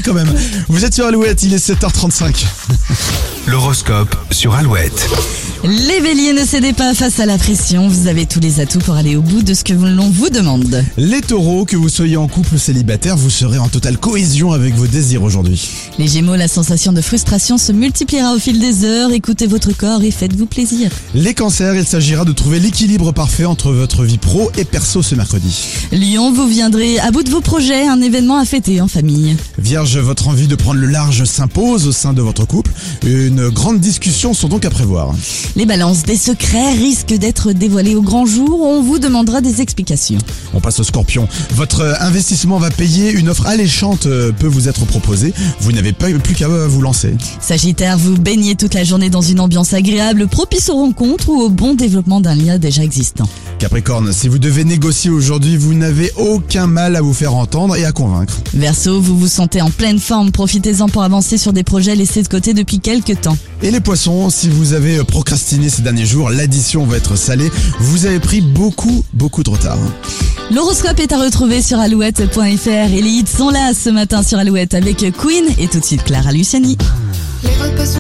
quand même. Vous êtes sur Alouette, il est 7h35. L'horoscope sur Alouette. Les béliers, ne cédez pas face à la pression, vous avez tous les atouts pour aller au bout de ce que l'on vous demande. Les taureaux, que vous soyez en couple ou célibataire, vous serez en totale cohésion avec vos désirs aujourd'hui. Les gémeaux, la sensation de frustration se multipliera au fil des heures, écoutez votre corps et faites-vous plaisir. Les cancers, il s'agira de trouver l'équilibre parfait entre votre vie pro et perso ce mercredi. Lion, vous viendrez à bout de vos projets, un événement à fêter en famille. Vierge, votre envie de prendre le large s'impose au sein de votre couple. Une grande discussion sont donc à prévoir. Les balances, des secrets risquent d'être dévoilés au grand jour, on vous demandera des explications. On passe au scorpion. Votre investissement va payer, une offre alléchante peut vous être proposée. Vous n'avez plus qu'à vous lancer. Sagittaire, vous baignez toute la journée dans une ambiance agréable, propice aux rencontres ou au bon développement d'un lien déjà existant. Capricorne, si vous devez négocier aujourd'hui, vous n'avez aucun mal à vous faire entendre et à convaincre. Verseau, vous vous sentez en pleine forme, profitez-en pour avancer sur des projets laissés de côté depuis quelques temps. Et les poissons, si vous avez procrastiné ces derniers jours, l'addition va être salée. Vous avez pris beaucoup de retard. L'horoscope est à retrouver sur alouette.fr et les hits sont là ce matin sur Alouette avec Queen et tout de suite Clara Luciani.